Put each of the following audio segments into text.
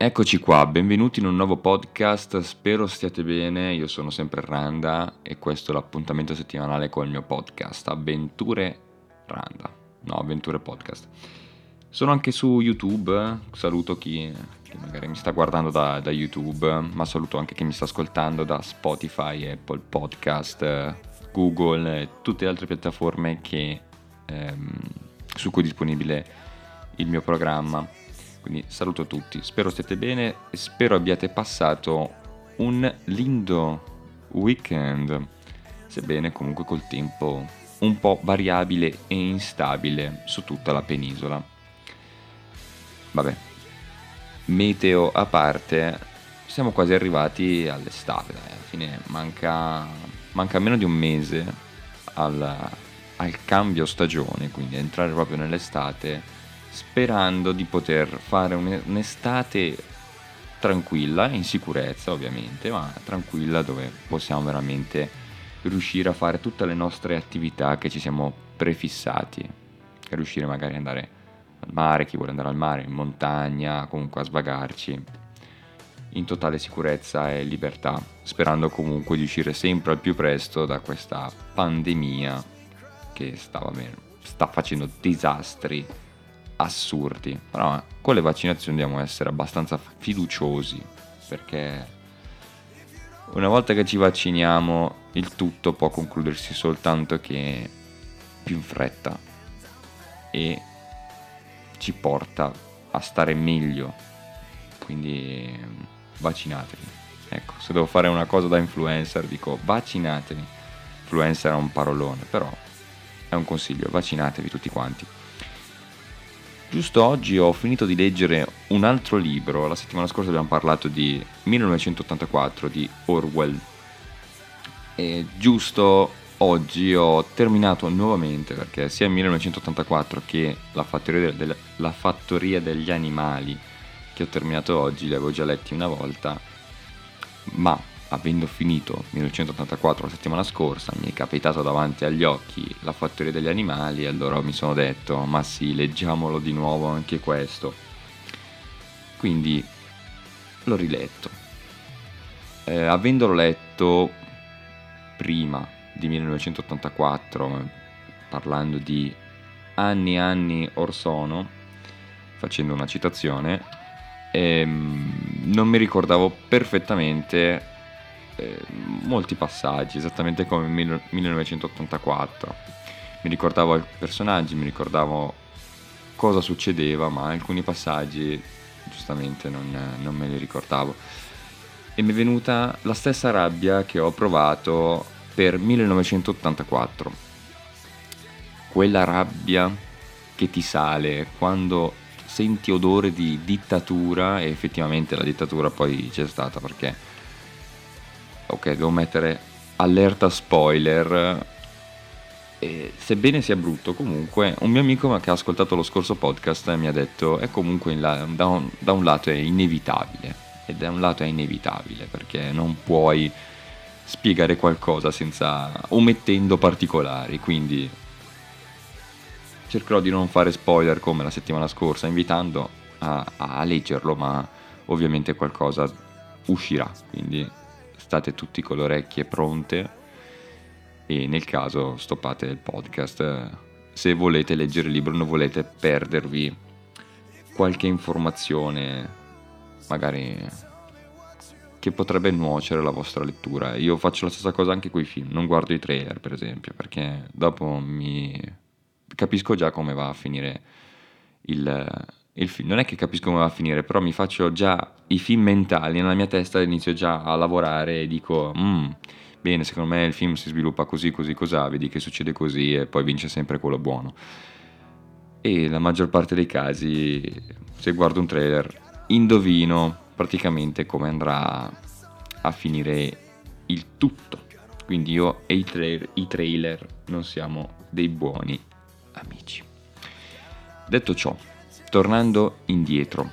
Eccoci qua, benvenuti in un nuovo podcast, spero stiate bene, io sono sempre Randa e questo è l'appuntamento settimanale con il mio podcast, Avventure Randa, no, Avventure Podcast. Sono anche su YouTube, saluto chi magari mi sta guardando da YouTube, ma saluto anche chi mi sta ascoltando da Spotify, Apple Podcast, Google e tutte le altre piattaforme su cui è disponibile il mio programma. Quindi saluto tutti, spero stiate bene e spero abbiate passato un lindo weekend, sebbene comunque col tempo un po' variabile e instabile su tutta la penisola. Vabbè, meteo a parte, siamo quasi arrivati all'estate, dai. Alla fine manca meno di un mese al cambio stagione, quindi entrare proprio nell'estate, sperando di poter fare un'estate tranquilla, in sicurezza ovviamente, ma tranquilla, dove possiamo veramente riuscire a fare tutte le nostre attività che ci siamo prefissati, riuscire magari ad andare al mare, chi vuole andare al mare, in montagna, comunque a svagarci in totale sicurezza e libertà, sperando comunque di uscire sempre al più presto da questa pandemia che sta facendo disastri assurdi. Però con le vaccinazioni dobbiamo essere abbastanza fiduciosi, perché una volta che ci vacciniamo il tutto può concludersi soltanto che più in fretta e ci porta a stare meglio. Quindi vaccinatevi. Ecco, se devo fare una cosa da influencer dico vaccinatevi. Influencer è un parolone, però è un consiglio, vaccinatevi tutti quanti. Giusto oggi ho finito di leggere un altro libro, la settimana scorsa abbiamo parlato di 1984 di Orwell e giusto oggi ho terminato nuovamente, perché sia 1984 che la fattoria degli animali che ho terminato oggi li avevo già letti una volta, ma avendo finito 1984 la settimana scorsa mi è capitato davanti agli occhi La fattoria degli animali e allora mi sono detto ma sì, leggiamolo di nuovo anche questo, quindi l'ho riletto. Avendolo letto prima di 1984, parlando di anni e anni or sono, facendo una citazione, non mi ricordavo perfettamente molti passaggi, esattamente come 1984. Mi ricordavo i personaggi, mi ricordavo cosa succedeva, ma alcuni passaggi giustamente non me li ricordavo. E mi è venuta la stessa rabbia che ho provato per 1984. Quella rabbia che ti sale quando senti odore di dittatura, e effettivamente la dittatura poi c'è stata, perché ok, devo mettere allerta spoiler, e sebbene sia brutto, comunque un mio amico che ha ascoltato lo scorso podcast mi ha detto è comunque da un lato è inevitabile, e da un lato è inevitabile perché non puoi spiegare qualcosa senza omettendo particolari, quindi cercherò di non fare spoiler come la settimana scorsa, invitando a leggerlo, ma ovviamente qualcosa uscirà, quindi state tutti con le orecchie pronte e nel caso stoppate il podcast se volete leggere il libro, non volete perdervi qualche informazione magari che potrebbe nuocere alla vostra lettura. Io faccio la stessa cosa anche con i film, non guardo i trailer per esempio, perché dopo mi capisco già come va a finire il film. Non è che capisco come va a finire, però mi faccio già i film mentali nella mia testa, inizio già a lavorare e dico bene, secondo me il film si sviluppa così, così, così, vedi che succede così e poi vince sempre quello buono. E la maggior parte dei casi, se guardo un trailer, indovino praticamente come andrà a finire il tutto. Quindi io e i trailer non siamo dei buoni amici. Detto ciò, tornando indietro,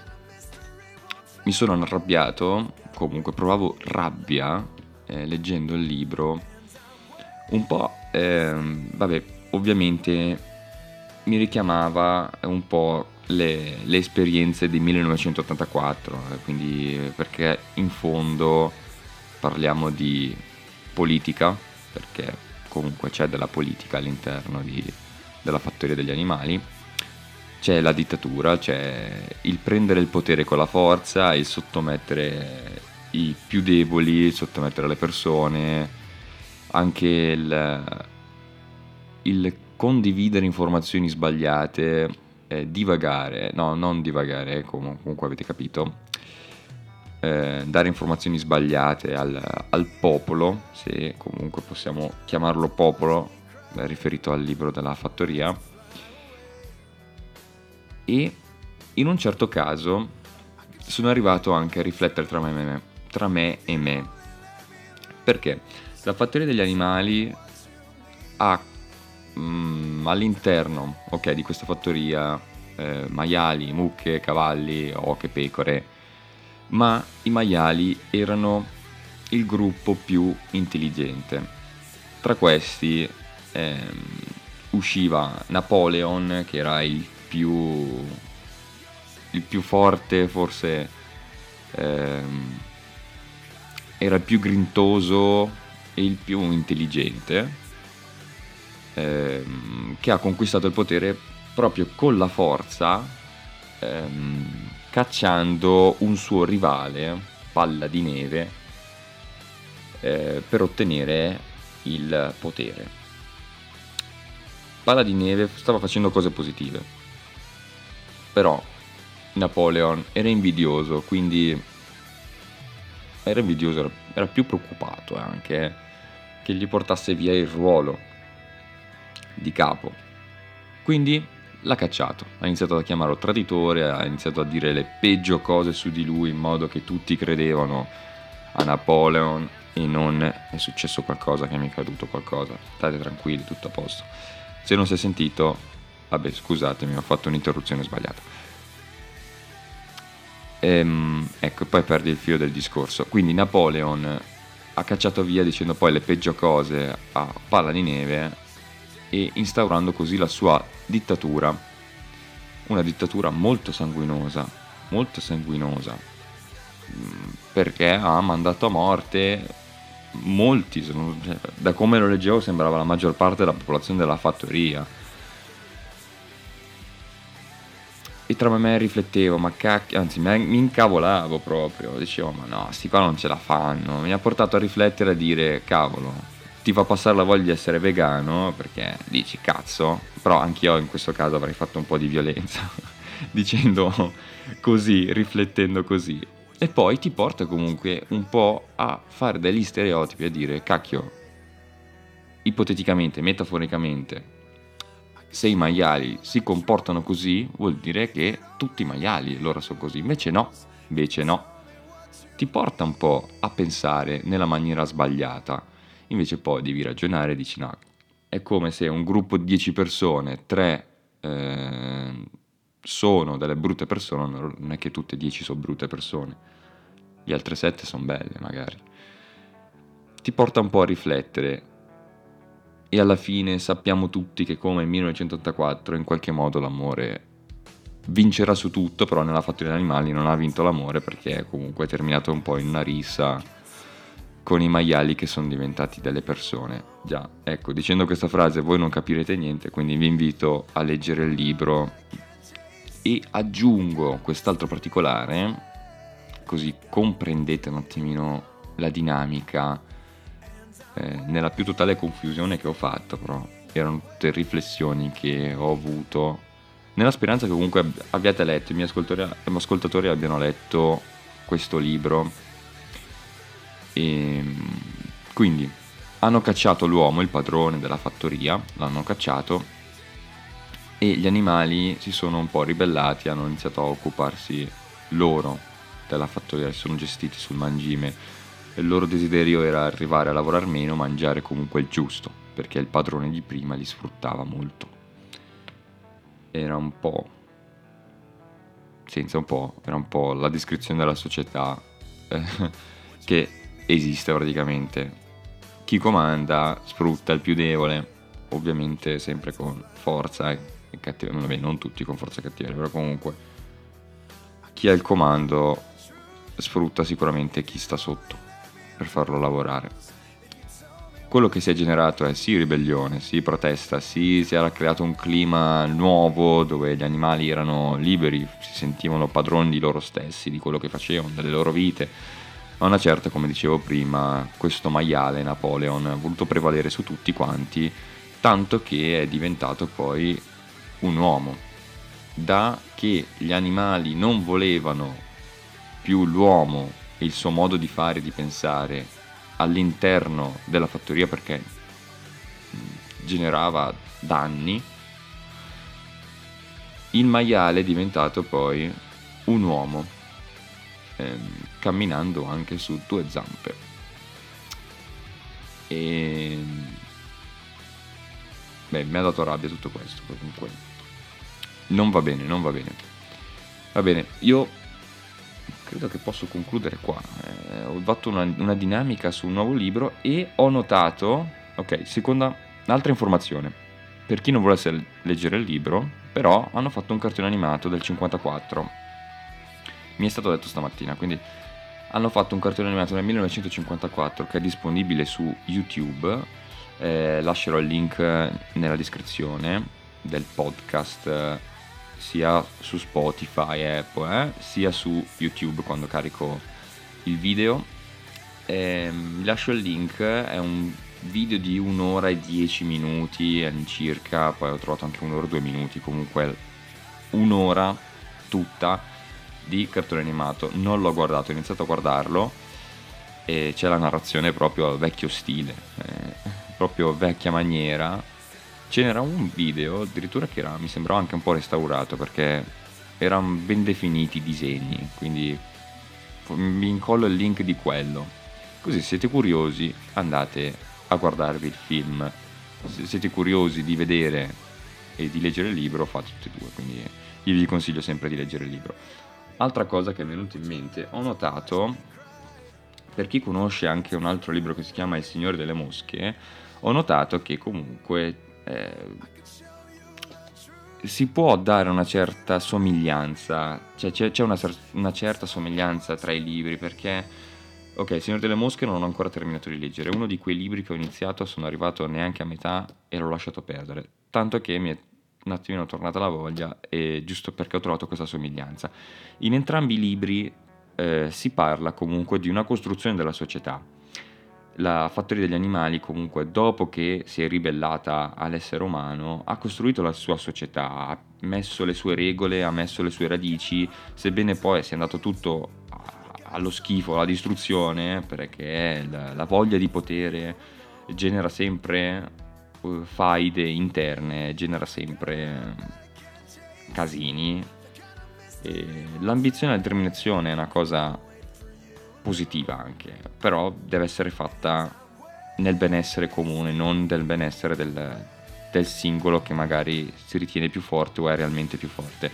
mi sono arrabbiato, comunque provavo rabbia leggendo il libro, un po', vabbè, ovviamente mi richiamava un po' le esperienze del 1984, quindi perché in fondo parliamo di politica, perché comunque c'è della politica all'interno della fattoria degli animali, c'è la dittatura, c'è il prendere il potere con la forza, il sottomettere i più deboli, sottomettere le persone, anche il condividere informazioni sbagliate, divagare, no, non divagare, comunque avete capito, dare informazioni sbagliate al popolo, se comunque possiamo chiamarlo popolo, riferito al libro della fattoria, e in un certo caso sono arrivato anche a riflettere tra me e me, perché la fattoria degli animali ha all'interno, ok, di questa fattoria maiali, mucche, cavalli, oche, pecore, ma i maiali erano il gruppo più intelligente. Tra questi usciva Napoleon, che era il più forte, forse era il più grintoso e il più intelligente, che ha conquistato il potere proprio con la forza, cacciando un suo rivale, Palla di Neve, per ottenere il potere. Palla di Neve stava facendo cose positive, però Napoleon era invidioso, quindi era più preoccupato anche che gli portasse via il ruolo di capo. Quindi l'ha cacciato, ha iniziato a chiamarlo traditore, ha iniziato a dire le peggio cose su di lui in modo che tutti credevano a Napoleon e non è successo qualcosa, che mi è caduto qualcosa. State tranquilli, tutto a posto. Se non si è sentito, vabbè, scusatemi, ho fatto un'interruzione sbagliata. Ecco, poi perdi il filo del discorso. Quindi Napoleon ha cacciato via dicendo poi le peggio cose a Palla di Neve e instaurando così la sua dittatura, una dittatura molto sanguinosa, perché ha mandato a morte molti, da come lo leggevo sembrava la maggior parte della popolazione della fattoria. E tra me riflettevo, ma cacchio, anzi mi incavolavo proprio, dicevo ma no, sti qua non ce la fanno. Mi ha portato a riflettere e a dire cavolo, ti fa passare la voglia di essere vegano, perché dici cazzo, però anch'io in questo caso avrei fatto un po' di violenza dicendo così, riflettendo così. E poi ti porta comunque un po' a fare degli stereotipi, a dire cacchio, ipoteticamente, metaforicamente, se i maiali si comportano così, vuol dire che tutti i maiali loro sono così. Invece no. Ti porta un po' a pensare nella maniera sbagliata. Invece poi devi ragionare e dici no, è come se un gruppo di 10 persone, 3 sono delle brutte persone, non è che tutte e 10 sono brutte persone. Le altre 7 sono belle magari. Ti porta un po' a riflettere. E alla fine sappiamo tutti che come 1984 in qualche modo l'amore vincerà su tutto, però nella fattoria degli animali non ha vinto l'amore perché comunque è terminato un po' in una rissa con i maiali che sono diventati delle persone. Già, ecco, dicendo questa frase voi non capirete niente, quindi vi invito a leggere il libro e aggiungo quest'altro particolare, così comprendete un attimino la dinamica. Nella più totale confusione che ho fatto, però erano tutte riflessioni che ho avuto nella speranza che comunque abbiate letto, i miei ascoltatori abbiano letto questo libro. E quindi hanno cacciato l'uomo, il padrone della fattoria, l'hanno cacciato e gli animali si sono un po' ribellati, hanno iniziato a occuparsi loro della fattoria, si sono gestiti sul mangime. Il loro desiderio era arrivare a lavorare meno, mangiare comunque il giusto, perché il padrone di prima li sfruttava molto. Era un po', era un po' la descrizione della società che esiste praticamente. Chi comanda sfrutta il più debole, ovviamente sempre con forza cattiveria, vabbè, non tutti con forza cattiveria, però comunque chi ha il comando sfrutta sicuramente chi sta sotto per farlo lavorare. Quello che si è generato è sì ribellione, sì protesta, sì si era creato un clima nuovo dove gli animali erano liberi, si sentivano padroni di loro stessi, di quello che facevano, delle loro vite. Ma una certa, come dicevo prima, questo maiale Napoleon ha voluto prevalere su tutti quanti, tanto che è diventato poi un uomo. Da che gli animali non volevano più l'uomo e il suo modo di fare e di pensare all'interno della fattoria perché generava danni, il maiale è diventato poi un uomo, camminando anche su due zampe. E beh, mi ha dato rabbia tutto questo, comunque non va bene, non va bene. Va bene, io credo che posso concludere qua. Ho fatto una dinamica su un nuovo libro e ho notato, ok, un'altra informazione. Per chi non volesse leggere il libro, però hanno fatto un cartone animato del 54. Mi è stato detto stamattina, quindi hanno fatto un cartone animato nel 1954 che è disponibile su YouTube. Lascerò il link nella descrizione del podcast, sia su Spotify, Apple, sia su YouTube quando carico il video. Vi lascio il link, è un video di 1 ora e 10 minuti all'incirca, poi ho trovato anche 1 ora e 2 minuti, comunque 1 ora tutta di cartone animato. Non l'ho guardato, ho iniziato a guardarlo e c'è la narrazione proprio vecchio stile, proprio vecchia maniera. Ce n'era un video addirittura che mi sembrava anche un po' restaurato perché erano ben definiti i disegni, quindi vi incollo il link di quello, così se siete curiosi andate a guardarvi il film, se siete curiosi di vedere e di leggere il libro fate tutti e due, quindi io vi consiglio sempre di leggere il libro. Altra cosa che mi è venuta in mente, ho notato, per chi conosce anche un altro libro che si chiama Il Signore delle Mosche, ho notato che comunque si può dare una certa somiglianza, cioè c'è una certa somiglianza tra i libri, perché ok, Il Signore delle Mosche non ho ancora terminato di leggere, uno di quei libri che ho iniziato, sono arrivato neanche a metà e l'ho lasciato perdere, tanto che mi è un attimino tornata la voglia, e giusto perché ho trovato questa somiglianza. In entrambi i libri si parla comunque di una costruzione della società. La fattoria degli animali comunque, dopo che si è ribellata all'essere umano, ha costruito la sua società, ha messo le sue regole, ha messo le sue radici, sebbene poi sia andato tutto allo schifo, alla distruzione, perché la voglia di potere genera sempre faide interne, genera sempre casini, e l'ambizione e la determinazione è una cosa positiva anche, però deve essere fatta nel benessere comune, non del benessere del singolo che magari si ritiene più forte o è realmente più forte.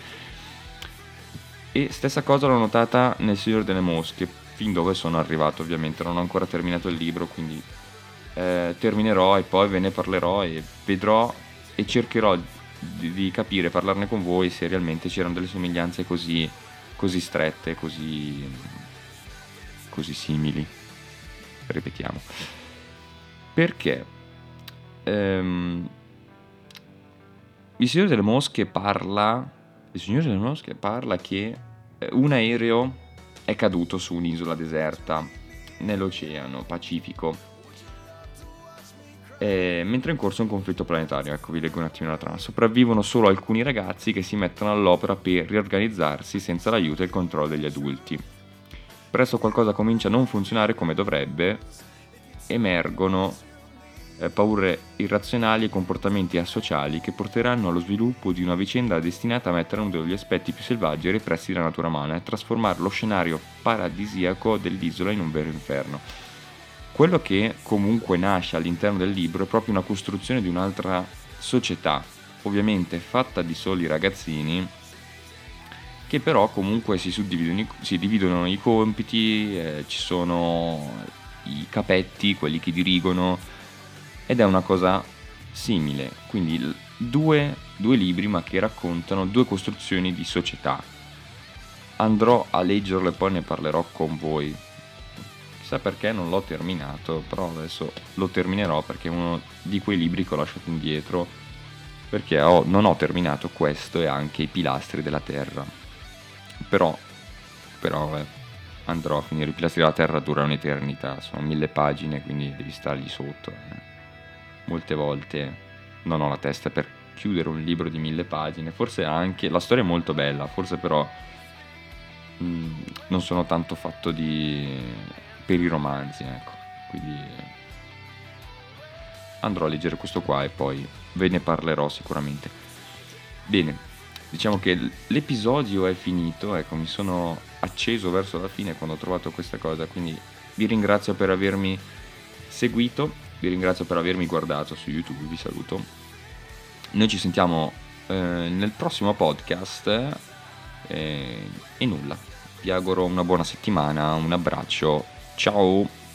E stessa cosa l'ho notata nel Signore delle Mosche, fin dove sono arrivato. Ovviamente non ho ancora terminato il libro, quindi terminerò e poi ve ne parlerò e vedrò e cercherò di capire, parlarne con voi se realmente c'erano delle somiglianze così strette, così simili. Ripetiamo. Perché il Signore delle Mosche parla che un aereo è caduto su un'isola deserta nell'Oceano Pacifico mentre è in corso un conflitto planetario. Ecco, vi leggo un attimo la trama. Sopravvivono solo alcuni ragazzi che si mettono all'opera per riorganizzarsi senza l'aiuto e il controllo degli adulti. Presto qualcosa comincia a non funzionare come dovrebbe, emergono paure irrazionali e comportamenti asociali che porteranno allo sviluppo di una vicenda destinata a mettere uno degli aspetti più selvaggi e repressi della natura umana e trasformare lo scenario paradisiaco dell'isola in un vero inferno. Quello che comunque nasce all'interno del libro è proprio una costruzione di un'altra società, ovviamente fatta di soli ragazzini, che però comunque si dividono i compiti, ci sono i capetti, quelli che dirigono, ed è una cosa simile. Quindi due libri, ma che raccontano due costruzioni di società. Andrò a leggerlo e poi ne parlerò con voi. Chissà perché non l'ho terminato, però adesso lo terminerò perché è uno di quei libri che ho lasciato indietro, perché non ho terminato questo e anche I pilastri della terra. Però andrò a finire. I pilastri della terra dura un'eternità, sono 1000 pagine, quindi devi stargli sotto. Molte volte non ho la testa per chiudere un libro di 1000 pagine, forse anche la storia è molto bella, forse però non sono tanto fatto per i romanzi, ecco. Quindi andrò a leggere questo qua e poi ve ne parlerò sicuramente. Bene, diciamo che l'episodio è finito, ecco, mi sono acceso verso la fine quando ho trovato questa cosa, quindi vi ringrazio per avermi seguito, vi ringrazio per avermi guardato su YouTube, vi saluto. Noi ci sentiamo nel prossimo podcast e nulla, vi auguro una buona settimana, un abbraccio, ciao!